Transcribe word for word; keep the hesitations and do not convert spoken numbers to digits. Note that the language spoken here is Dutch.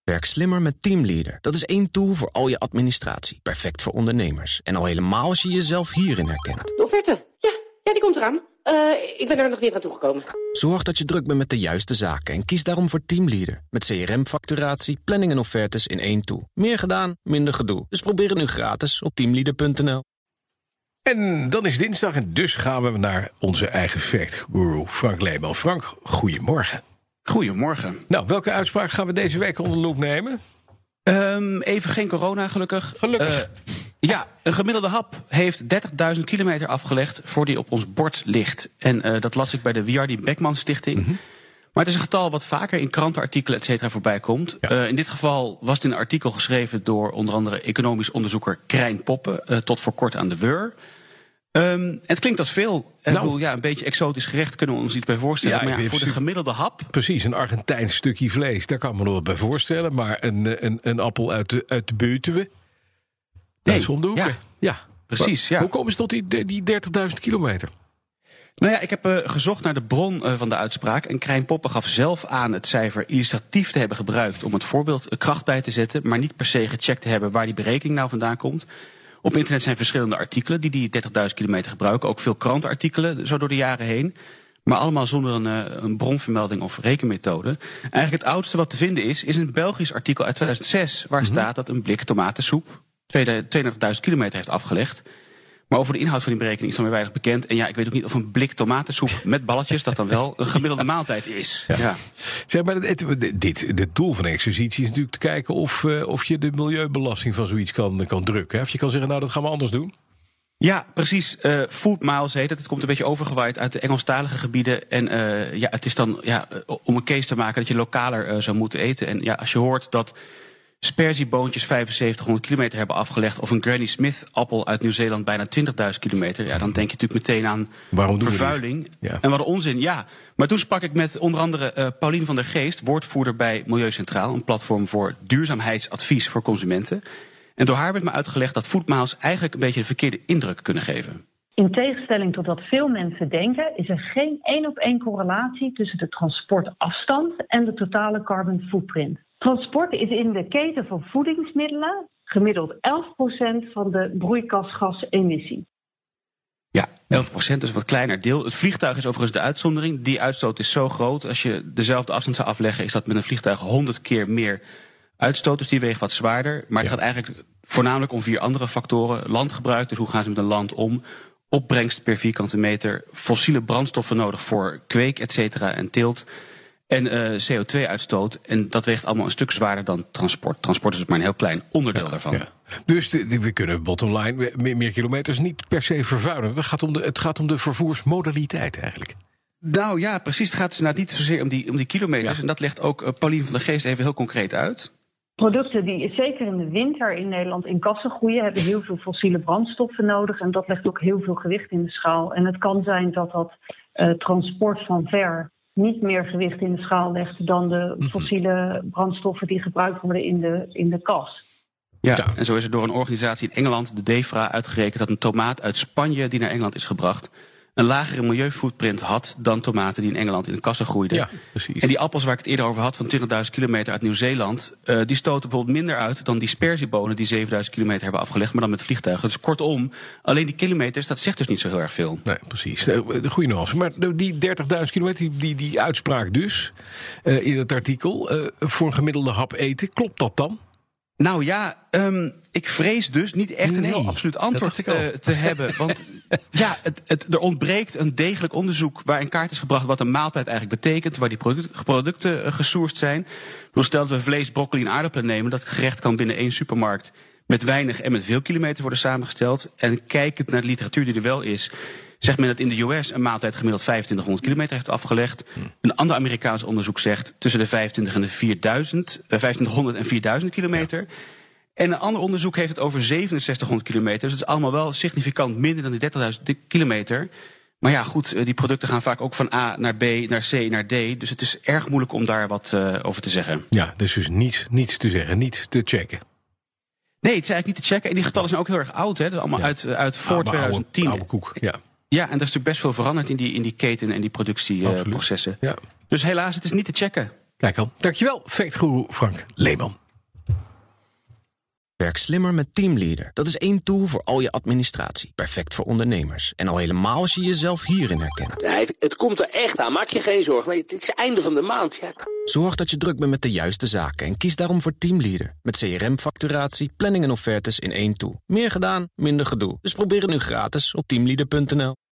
Werk slimmer met Teamleader. Dat is één tool voor al je administratie. Perfect voor ondernemers. En al helemaal als je jezelf hierin herkent. De offerte. Ja, ja, die komt eraan. Uh, ik ben er nog niet aan toegekomen. Zorg dat je druk bent met de juiste zaken en kies daarom voor Teamleader. Met C R M-facturatie, planning en offertes in één tool. Meer gedaan, minder gedoe. Dus probeer het nu gratis op teamleader punt n l. En dan is dinsdag en dus gaan we naar onze eigen fact-guru Frank Leeman. Frank, goedemorgen. Goedemorgen. Nou, welke uitspraak gaan we deze week onder de loep nemen? Um, even geen corona, gelukkig. Gelukkig. Uh, ja, een gemiddelde hap heeft dertigduizend kilometer afgelegd voor die op ons bord ligt. En uh, dat las ik bij de Wiardi Beckman Stichting. Mm-hmm. Maar het is een getal wat vaker in krantenartikelen et cetera voorbij komt. Ja. Uh, in dit geval was het in een artikel geschreven door onder andere economisch onderzoeker Krijn Poppen, uh, tot voor kort aan de Weur. Um, het klinkt als veel. Nou, ik bedoel, ja, een beetje exotisch gerecht kunnen we ons iets bij voorstellen. Ja, maar ja, voor de gemiddelde hap... Precies, een Argentijns stukje vlees, daar kan ik me nog wat bij voorstellen. Maar een, een, een appel uit de, uit de Betuwe, dat is om de hoeken. Ja, ja. precies. Ja. Hoe komen ze tot die, die dertigduizend kilometer? Nou ja, ik heb uh, gezocht naar de bron uh, van de uitspraak. En Krijn Poppen gaf zelf aan het cijfer illustratief te hebben gebruikt om het voorbeeld uh, kracht bij te zetten, maar niet per se gecheckt te hebben waar die berekening nou vandaan komt. Op internet zijn verschillende artikelen die die dertigduizend kilometer gebruiken. Ook veel krantenartikelen zo door de jaren heen. Maar allemaal zonder een, een bronvermelding of rekenmethode. Eigenlijk het oudste wat te vinden is, is een Belgisch artikel uit tweeduizend zes... waar mm-hmm. staat dat een blik tomatensoep tweeëndertigduizend kilometer heeft afgelegd. Maar over de inhoud van die berekening is dan weer weinig bekend. En ja, ik weet ook niet of een blik tomatensoep met balletjes dat dan wel een gemiddelde maaltijd is. Ja. Ja. Zeg maar, het, dit, het doel van de exercitie is natuurlijk te kijken of, uh, of je de milieubelasting van zoiets kan, kan drukken. Of je kan zeggen, nou dat gaan we anders doen. Ja, precies. Uh, food miles heet het. Het komt een beetje overgewaaid uit de Engelstalige gebieden. En uh, ja, het is dan ja, om een case te maken dat je lokaler uh, zou moeten eten. En ja, als je hoort dat sperzieboontjes vijfenzeventighonderd kilometer hebben afgelegd, of een Granny Smith appel uit Nieuw-Zeeland bijna twintigduizend kilometer, ja, dan denk je natuurlijk meteen aan Waarom vervuiling. Ja. En wat een onzin, ja. Maar toen sprak ik met onder andere uh, Paulien van der Geest, woordvoerder bij Milieu Centraal, een platform voor duurzaamheidsadvies voor consumenten. En door haar werd me uitgelegd dat foodmiles eigenlijk een beetje de verkeerde indruk kunnen geven. In tegenstelling tot wat veel mensen denken, is er geen één op één correlatie tussen de transportafstand en de totale carbon footprint. Transport is in de keten van voedingsmiddelen gemiddeld elf procent van de broeikasgasemissie. Ja, elf procent is een wat kleiner deel. Het vliegtuig is overigens de uitzondering. Die uitstoot is zo groot. Als je dezelfde afstand zou afleggen, is dat met een vliegtuig honderd keer meer uitstoot. Dus die weegt wat zwaarder. Maar het ja. gaat eigenlijk voornamelijk om vier andere factoren. Landgebruik, dus hoe gaan ze met een land om? Opbrengst per vierkante meter. Fossiele brandstoffen nodig voor kweek, et cetera, en teelt. En uh, C O twee uitstoot. En dat weegt allemaal een stuk zwaarder dan transport. Transport is maar een heel klein onderdeel ja, daarvan. Ja. Dus de, de, we kunnen bottom line meer, meer kilometers niet per se vervuilen. Het gaat om de, het gaat om de vervoersmodaliteit eigenlijk. Nou ja, precies. Het gaat dus inderdaad niet zozeer om die, om die kilometers. Ja. En dat legt ook uh, Paulien van der Geest even heel concreet uit. Producten die zeker in de winter in Nederland in kassen groeien, hebben heel veel fossiele brandstoffen nodig. En dat legt ook heel veel gewicht in de schaal. En het kan zijn dat dat uh, transport van ver niet meer gewicht in de schaal legt dan de fossiele brandstoffen die gebruikt worden in de, in de kas. Ja, ja, en zo is er door een organisatie in Engeland, de DEFRA, uitgerekend dat een tomaat uit Spanje die naar Engeland is gebracht een lagere milieufootprint had dan tomaten die in Engeland in de kassen groeiden. Ja, precies. En die appels waar ik het eerder over had van twintigduizend kilometer uit Nieuw-Zeeland, uh, die stoten bijvoorbeeld minder uit dan die sperziebonen die zevenduizend kilometer hebben afgelegd, maar dan met vliegtuigen. Dus kortom, alleen die kilometers, dat zegt dus niet zo heel erg veel. Nee, precies. De goede nuance. Maar die dertigduizend kilometer, die, die uitspraak dus uh, in het artikel, uh, voor een gemiddelde hap eten, klopt dat dan? Nou ja, um, ik vrees dus niet echt een nee, heel absoluut antwoord uh, te hebben. Want ja, het, het, er ontbreekt een degelijk onderzoek waar in kaart is gebracht wat een maaltijd eigenlijk betekent, waar die product, producten uh, gesourced zijn. Dus stel dat we vlees, broccoli en aardappelen nemen, dat gerecht kan binnen één supermarkt met weinig en met veel kilometer worden samengesteld. En kijkend naar de literatuur die er wel is, zegt men dat in de U S een maaltijd gemiddeld vijfentwintighonderd kilometer heeft afgelegd. Hmm. Een ander Amerikaans onderzoek zegt tussen de vijfentwintig en de vierduizend, uh, vijfentwintighonderd en vierduizend kilometer. Ja. En een ander onderzoek heeft het over zevenenzestighonderd kilometer. Dus het is allemaal wel significant minder dan die dertigduizend kilometer. Maar ja, goed, die producten gaan vaak ook van A naar B, naar C, naar D. Dus het is erg moeilijk om daar wat uh, over te zeggen. Ja, dus dus niets, niets te zeggen, niet te checken. Nee, het is eigenlijk niet te checken. En die getallen zijn ook heel erg oud, hè. Dat is allemaal ja. uit, uit voor ah, twintig tien. Oude, oude koek, ja. Ja, en er is natuurlijk best veel veranderd in die, in die keten en die productieprocessen. Uh, ja. Dus helaas, het is niet te checken. Kijk al. Dankjewel, Factguru Frank Leeman. Werk slimmer met Teamleader. Dat is één tool voor al je administratie. Perfect voor ondernemers. En al helemaal als je jezelf hierin herkent. Ja, het, het komt er echt aan. Maak je geen zorgen. Maar het is het einde van de maand. Ja. Zorg dat je druk bent met de juiste zaken. En kies daarom voor Teamleader. Met C R M-facturatie, planning en offertes in één tool. Meer gedaan, minder gedoe. Dus probeer het nu gratis op teamleader punt n l.